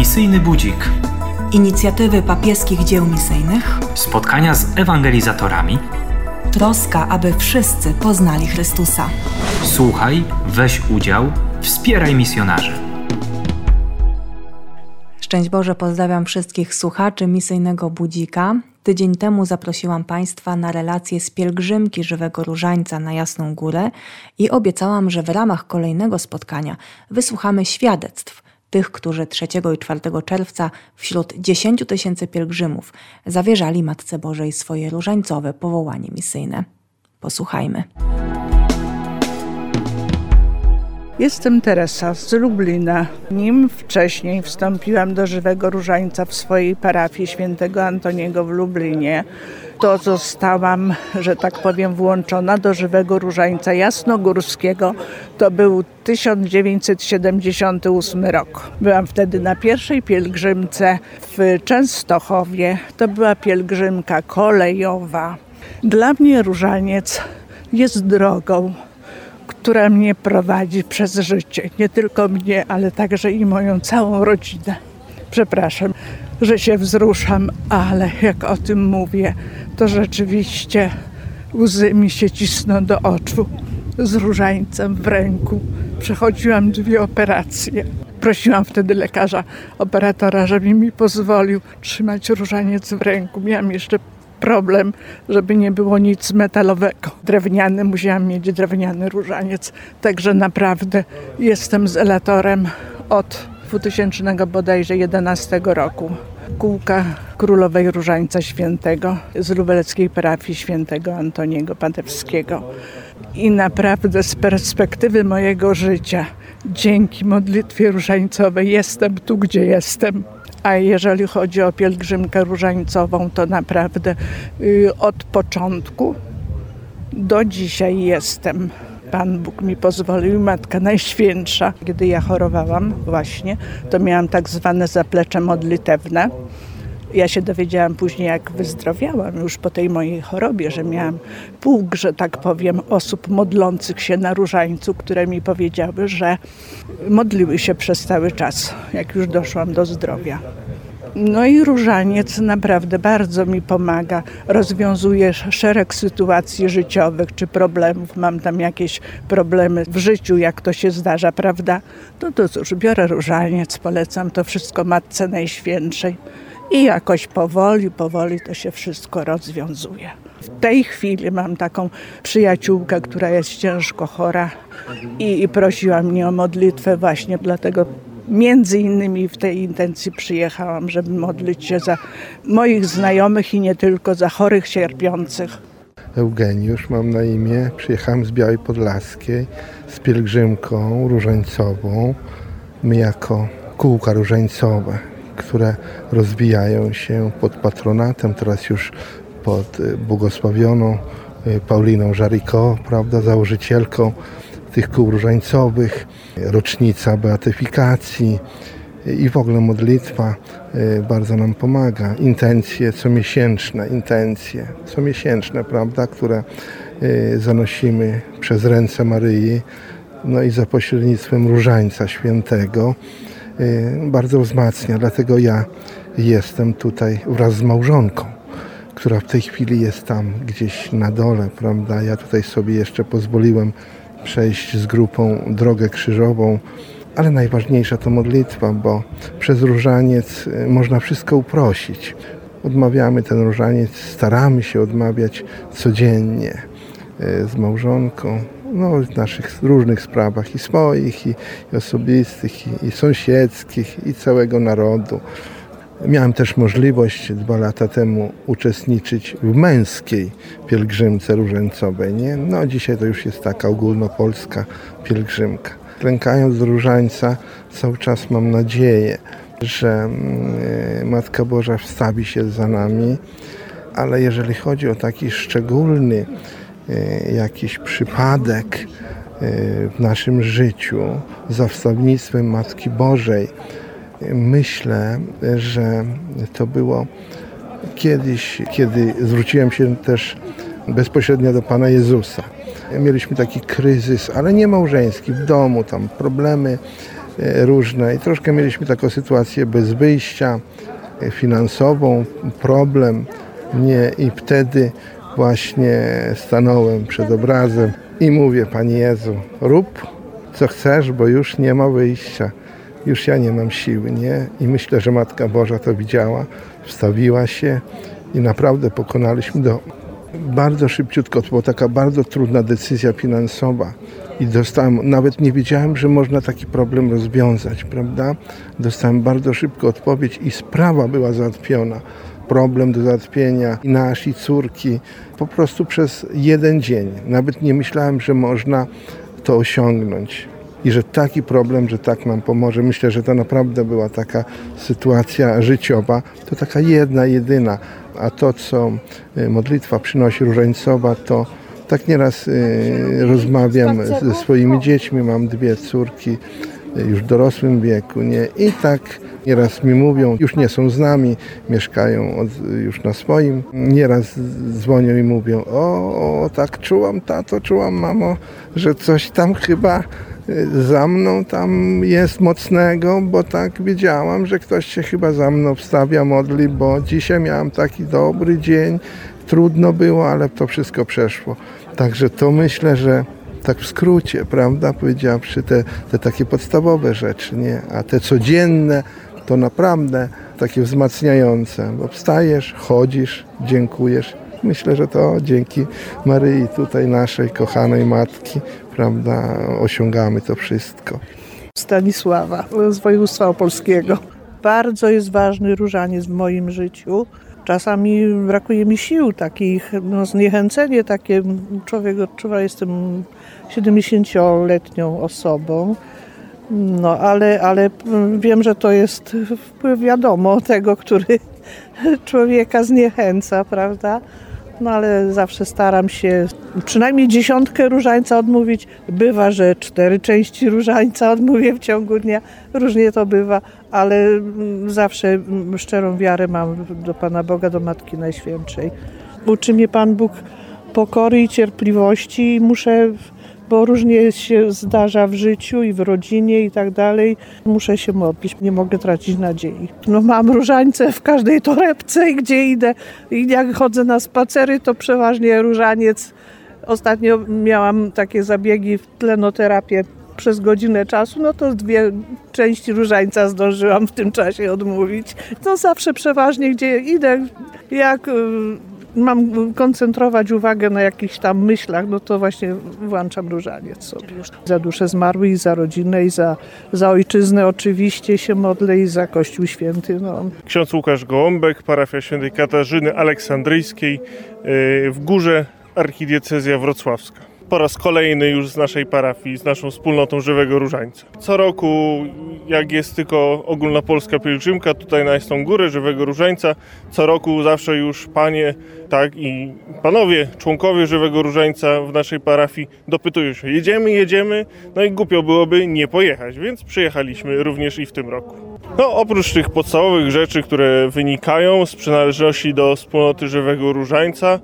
Misyjny Budzik. Inicjatywy papieskich dzieł misyjnych. Spotkania z ewangelizatorami. Troska, aby wszyscy poznali Chrystusa. Słuchaj, weź udział, wspieraj misjonarzy. Szczęść Boże, pozdrawiam wszystkich słuchaczy Misyjnego Budzika. Tydzień temu zaprosiłam Państwa na relację z pielgrzymki Żywego Różańca na Jasną Górę i obiecałam, że w ramach kolejnego spotkania wysłuchamy świadectw tych, którzy 3 i 4 czerwca wśród 10 000 pielgrzymów zawierzali Matce Bożej swoje różańcowe powołanie misyjne. Posłuchajmy. Jestem Teresa z Lublina. Nim wcześniej wstąpiłam do Żywego Różańca w swojej parafii świętego Antoniego w Lublinie, to zostałam, że tak powiem, włączona do Żywego Różańca Jasnogórskiego. To był 1978 rok. Byłam wtedy na pierwszej pielgrzymce w Częstochowie. To była pielgrzymka kolejowa. Dla mnie różaniec jest drogą, która mnie prowadzi przez życie. Nie tylko mnie, ale także i moją całą rodzinę. Przepraszam, że się wzruszam, ale jak o tym mówię, to rzeczywiście łzy mi się cisną do oczu. Z różańcem w ręku przechodziłam 2 operacje. Prosiłam wtedy lekarza, operatora, żeby mi pozwolił trzymać różaniec w ręku. Miałam jeszcze problem, żeby nie było nic metalowego. Drewniany, musiałam mieć drewniany różaniec. Także naprawdę jestem zelatorem od 2000 bodajże 11 roku. Kółka Królowej Różańca Świętego z lubelskiej parafii świętego Antoniego Padewskiego. I naprawdę z perspektywy mojego życia, dzięki modlitwie różańcowej jestem tu, gdzie jestem. A jeżeli chodzi o pielgrzymkę różańcową, to naprawdę od początku do dzisiaj jestem. Pan Bóg mi pozwolił, Matka Najświętsza. Kiedy ja chorowałam właśnie, to miałam tak zwane zaplecze modlitewne. Ja się dowiedziałam później, jak wyzdrowiałam już po tej mojej chorobie, że miałam pług, że tak powiem, osób modlących się na różańcu, które mi powiedziały, że modliły się przez cały czas, jak już doszłam do zdrowia. No i różaniec naprawdę bardzo mi pomaga. Rozwiązuje szereg sytuacji życiowych czy problemów. Mam tam jakieś problemy w życiu, jak to się zdarza, prawda? To cóż, biorę różaniec, polecam to wszystko Matce Najświętszej. I jakoś powoli to się wszystko rozwiązuje. W tej chwili mam taką przyjaciółkę, która jest ciężko chora i prosiła mnie o modlitwę właśnie, dlatego między innymi w tej intencji przyjechałam, żeby modlić się za moich znajomych i nie tylko, za chorych, cierpiących. Eugeniusz mam na imię, przyjechałem z Białej Podlaskiej z pielgrzymką różańcową. My jako kółka różańcowe, które rozwijają się pod patronatem, teraz już pod błogosławioną Pauliną Żariko, prawda, założycielką tych kół różańcowych, rocznica beatyfikacji i w ogóle modlitwa bardzo nam pomaga. Intencje comiesięczne, prawda, które zanosimy przez ręce Maryi, no i za pośrednictwem Różańca Świętego bardzo wzmacnia. Dlatego ja jestem tutaj wraz z małżonką, która w tej chwili jest tam gdzieś na dole, prawda. Ja tutaj sobie jeszcze pozwoliłem przejść z grupą drogę krzyżową, ale najważniejsza to modlitwa, bo przez różaniec można wszystko uprosić. Odmawiamy ten różaniec, staramy się odmawiać codziennie z małżonką, no, w naszych różnych sprawach, i swoich, i osobistych, i sąsiedzkich, i całego narodu. Miałem też możliwość 2 lata temu uczestniczyć w męskiej pielgrzymce różańcowej, nie? No, dzisiaj to już jest taka ogólnopolska pielgrzymka. Klękając do różańca, cały czas mam nadzieję, że Matka Boża wstawi się za nami, ale jeżeli chodzi o taki szczególny jakiś przypadek w naszym życiu za wstawnictwem Matki Bożej, myślę, że to było kiedyś, kiedy zwróciłem się też bezpośrednio do Pana Jezusa. Mieliśmy taki kryzys, ale nie małżeński, w domu, tam problemy różne i troszkę mieliśmy taką sytuację bez wyjścia, finansową, problem. I wtedy właśnie stanąłem przed obrazem i mówię: Panie Jezu, rób co chcesz, bo już nie ma wyjścia. Już ja nie mam siły, nie? I myślę, że Matka Boża to widziała, wstawiła się i naprawdę pokonaliśmy bardzo szybciutko. To była taka bardzo trudna decyzja finansowa i nawet nie wiedziałem, że można taki problem rozwiązać, prawda? Dostałem bardzo szybko odpowiedź i sprawa była załatwiona. Problem do załatwienia i nasz, i córki, po prostu przez jeden dzień. Nawet nie myślałem, że można to osiągnąć. I że taki problem, że tak nam pomoże. Myślę, że to naprawdę była taka sytuacja życiowa. To taka jedna, jedyna. A to, co modlitwa przynosi różańcowa, to tak nieraz rozmawiam ze swoimi dziećmi. Mam 2 córki już w dorosłym wieku, nie? I tak nieraz mi mówią, już nie są z nami, mieszkają już na swoim. Nieraz dzwonią i mówią: o, tak czułam, tato, czułam, mamo, że coś tam chyba za mną tam jest mocnego, bo tak wiedziałam, że ktoś się chyba za mną wstawia, modli, bo dzisiaj miałam taki dobry dzień, trudno było, ale to wszystko przeszło. Także to myślę, że tak w skrócie, prawda, powiedziawszy, te takie podstawowe rzeczy, nie? A te codzienne to naprawdę takie wzmacniające, bo wstajesz, chodzisz, dziękujesz. Myślę, że to dzięki Maryi, tutaj naszej kochanej Matki, prawda, osiągamy to wszystko. Stanisława z województwa opolskiego. Bardzo jest ważny różaniec w moim życiu. Czasami brakuje mi sił takich, zniechęcenie takie człowiek odczuwa. Jestem 70-letnią osobą, ale wiem, że to jest wpływ, wiadomo, tego, który człowieka zniechęca, prawda? Ale zawsze staram się przynajmniej 10 różańca odmówić. Bywa, że 4 części różańca odmówię w ciągu dnia. Różnie to bywa, ale zawsze szczerą wiarę mam do Pana Boga, do Matki Najświętszej. Uczy mnie Pan Bóg pokory i cierpliwości i muszę, bo różnie się zdarza w życiu i w rodzinie i tak dalej. Muszę się modlić, nie mogę tracić nadziei. Mam różańce w każdej torebce i gdzie idę. I jak chodzę na spacery, to przeważnie różaniec. Ostatnio miałam takie zabiegi w tlenoterapię przez godzinę czasu, to 2 części różańca zdążyłam w tym czasie odmówić. To zawsze przeważnie, gdzie idę, jak mam koncentrować uwagę na jakichś tam myślach, to właśnie włączam różaniec sobie. Za dusze zmarłych i za rodzinę i za ojczyznę oczywiście się modlę i za Kościół Święty. Ksiądz Łukasz Gołąbek, parafia świętej Katarzyny Aleksandryjskiej w Górze, archidiecezja wrocławska. Po raz kolejny już z naszej parafii, z naszą wspólnotą Żywego Różańca. Co roku, jak jest tylko ogólnopolska pielgrzymka tutaj na Jasną Górę Żywego Różańca, co roku zawsze już panie, tak i panowie, członkowie Żywego Różańca w naszej parafii dopytują się: jedziemy, i głupio byłoby nie pojechać, więc przyjechaliśmy również i w tym roku. Oprócz tych podstawowych rzeczy, które wynikają z przynależności do wspólnoty Żywego Różańca,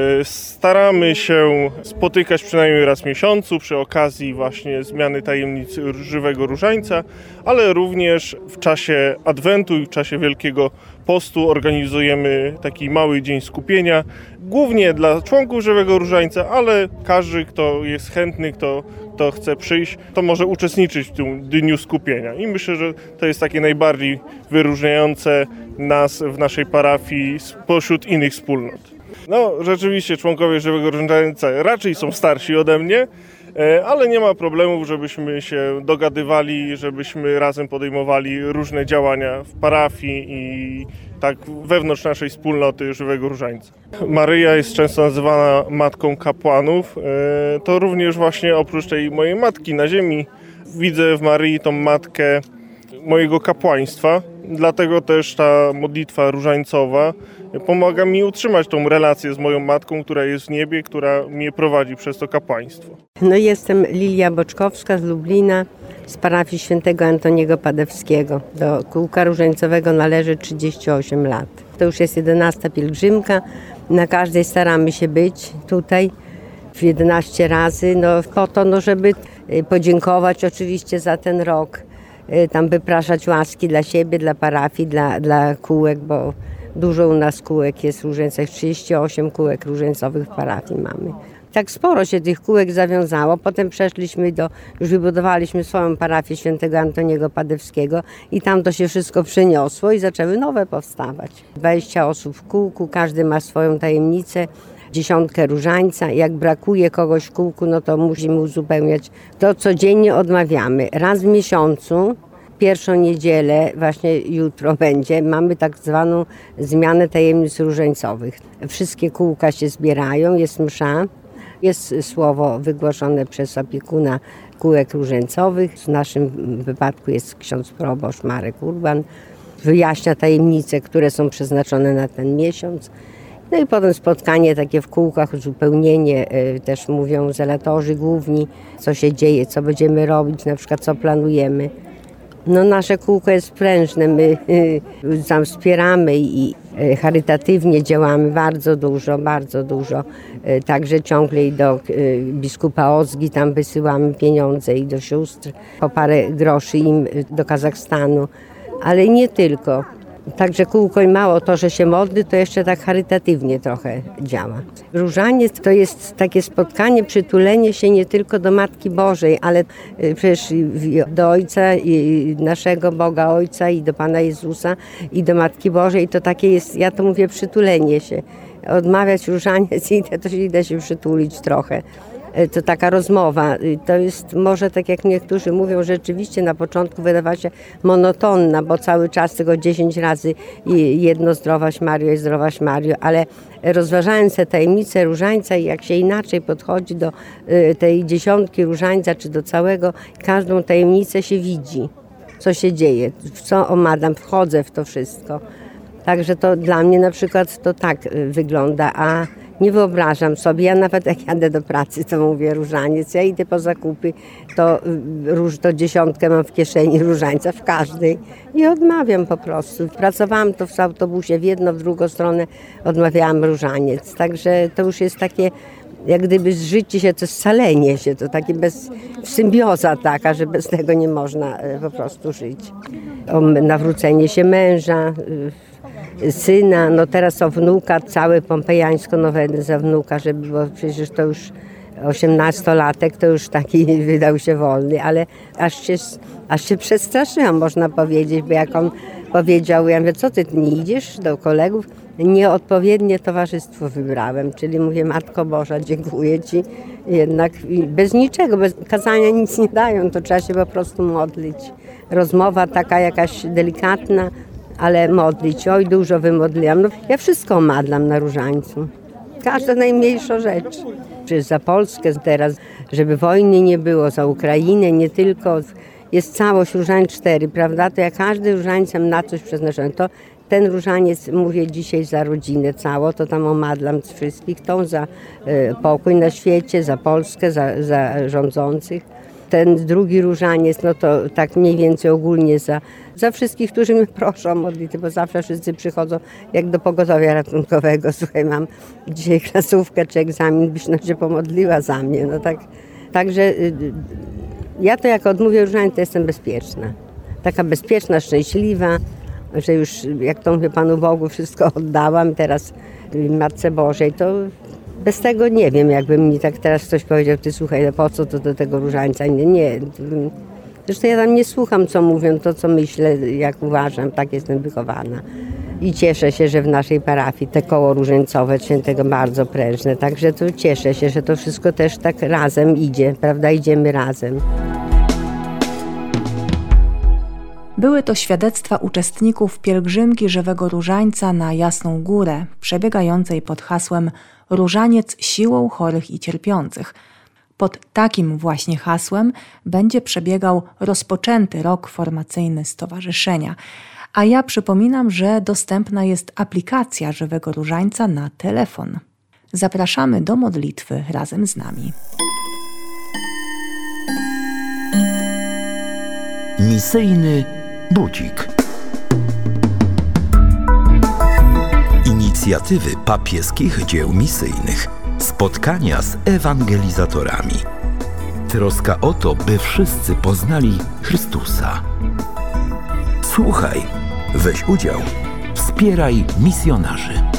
staramy się spotykać przynajmniej raz w miesiącu przy okazji właśnie zmiany tajemnic Żywego Różańca, ale również w czasie Adwentu i w czasie Wielkiego Postu organizujemy taki mały dzień skupienia, głównie dla członków Żywego Różańca, ale każdy, kto jest chętny, kto chce przyjść, to może uczestniczyć w tym dniu skupienia. I myślę, że to jest takie najbardziej wyróżniające nas w naszej parafii spośród innych wspólnot. Rzeczywiście członkowie Żywego Różańca raczej są starsi ode mnie, ale nie ma problemów, żebyśmy się dogadywali, żebyśmy razem podejmowali różne działania w parafii i tak wewnątrz naszej wspólnoty Żywego Różańca. Maryja jest często nazywana matką kapłanów. To również właśnie oprócz tej mojej matki na ziemi widzę w Maryi tą matkę mojego kapłaństwa. Dlatego też ta modlitwa różańcowa pomaga mi utrzymać tą relację z moją matką, która jest w niebie, która mnie prowadzi przez to kapłaństwo. Jestem Lilia Boczkowska z Lublina, z parafii świętego Antoniego Padewskiego. Do kółka różańcowego należy 38 lat. To już jest 11. pielgrzymka. Na każdej staramy się być tutaj 11 razy, po to, żeby podziękować oczywiście za ten rok. tam wypraszać łaski dla siebie, dla parafii, dla kółek, bo dużo u nas kółek jest różańcowych, 38 kółek różańcowych w parafii mamy. Tak sporo się tych kółek zawiązało, potem przeszliśmy już wybudowaliśmy swoją parafię świętego Antoniego Padewskiego i tam to się wszystko przeniosło i zaczęły nowe powstawać. 20 osób w kółku, każdy ma swoją tajemnicę, 10 różańca. Jak brakuje kogoś w kółku, no to musimy uzupełniać. To codziennie odmawiamy. Raz w miesiącu, pierwszą niedzielę, właśnie jutro będzie, mamy tak zwaną zmianę tajemnic różańcowych. Wszystkie kółka się zbierają, jest msza. Jest słowo wygłoszone przez opiekuna kółek różańcowych. W naszym wypadku jest ksiądz proboszcz Marek Urban. Wyjaśnia tajemnice, które są przeznaczone na ten miesiąc. No i potem spotkanie takie w kółkach, uzupełnienie, też mówią zelatorzy główni, co się dzieje, co będziemy robić, na przykład co planujemy. No nasze kółko jest prężne, my tam wspieramy i charytatywnie działamy bardzo dużo. Także ciągle i do biskupa Ozgi tam wysyłamy pieniądze i do sióstr, po parę groszy im do Kazachstanu, ale nie tylko. Także kółko i mało to, że się modli, to jeszcze tak charytatywnie trochę działa. Różaniec to jest takie spotkanie, przytulenie się nie tylko do Matki Bożej, ale przecież do Ojca, i naszego Boga Ojca i do Pana Jezusa i do Matki Bożej. To takie jest, ja to mówię, przytulenie się. Odmawiać różaniec i to idę się przytulić trochę. To taka rozmowa, to jest może tak jak niektórzy mówią, rzeczywiście na początku wydawała się monotonna, bo cały czas tylko 10 razy jedno Zdrowaś Mario i Zdrowaś Mario, ale rozważając te tajemnice różańca i jak się inaczej podchodzi do tej 10 różańca czy do całego, każdą tajemnicę się widzi, co się dzieje, w co omadam, wchodzę w to wszystko. Także to dla mnie na przykład to tak wygląda, a nie wyobrażam sobie, ja nawet jak jadę do pracy, to mówię różaniec, ja idę po zakupy, to 10 mam w kieszeni różańca, w każdej i odmawiam po prostu. Pracowałam to w autobusie, w jedną, w drugą stronę odmawiałam różaniec, także to już jest takie, jak gdyby zżycie się, to scalenie się, to takie symbioza taka, że bez tego nie można po prostu żyć. O nawrócenie się męża, syna, no teraz o wnuka, całe pompejańsko noweny za wnuka, żeby było, przecież to już 18-latek, to już taki wydał się wolny, ale aż się przestraszyłam, można powiedzieć, bo jak on powiedział, ja mówię, co ty nie idziesz do kolegów? Nieodpowiednie towarzystwo wybrałem, czyli mówię, Matko Boża, dziękuję Ci, jednak bez niczego, bez kazania nic nie dają, to trzeba się po prostu modlić. Rozmowa taka jakaś delikatna, ale modlić, oj dużo wymodliłam. No, ja wszystko madlam na różańcu, każda najmniejsza rzecz. Czy za Polskę teraz, żeby wojny nie było, za Ukrainę, nie tylko, jest całość różańc 4, prawda, to ja każdy różańcem na coś przeznaczony, to ten różaniec, mówię dzisiaj za rodzinę całą, to tam omadlam wszystkich, tą za pokój na świecie, za Polskę, za rządzących. Ten drugi różaniec, no to tak mniej więcej ogólnie za wszystkich, którzy mnie proszą o modlitwę, bo zawsze wszyscy przychodzą jak do pogotowia ratunkowego. Słuchaj, mam dzisiaj klasówkę czy egzamin, byś no się pomodliła za mnie. No tak, także ja to jak odmówię różaniec, to jestem bezpieczna. Taka bezpieczna, szczęśliwa, że już jak to mówię Panu Bogu wszystko oddałam, teraz Matce Bożej, to bez tego nie wiem, jakby mi tak teraz ktoś powiedział, ty słuchaj, no po co to do tego różańca? Nie. Zresztą ja tam nie słucham, co mówią, to co myślę, jak uważam, tak jestem wychowana. I cieszę się, że w naszej parafii te koło różańcowe świętego bardzo prężne, także to cieszę się, że to wszystko też tak razem idzie, prawda, idziemy razem. Były to świadectwa uczestników pielgrzymki Żywego Różańca na Jasną Górę, przebiegającej pod hasłem Różaniec siłą chorych i cierpiących. Pod takim właśnie hasłem będzie przebiegał rozpoczęty rok formacyjny stowarzyszenia. A ja przypominam, że dostępna jest aplikacja Żywego Różańca na telefon. Zapraszamy do modlitwy razem z nami. Misyjny budzik. Inicjatywy papieskich dzieł misyjnych. Spotkania z ewangelizatorami. Troska o to, by wszyscy poznali Chrystusa. Słuchaj, weź udział, wspieraj misjonarzy.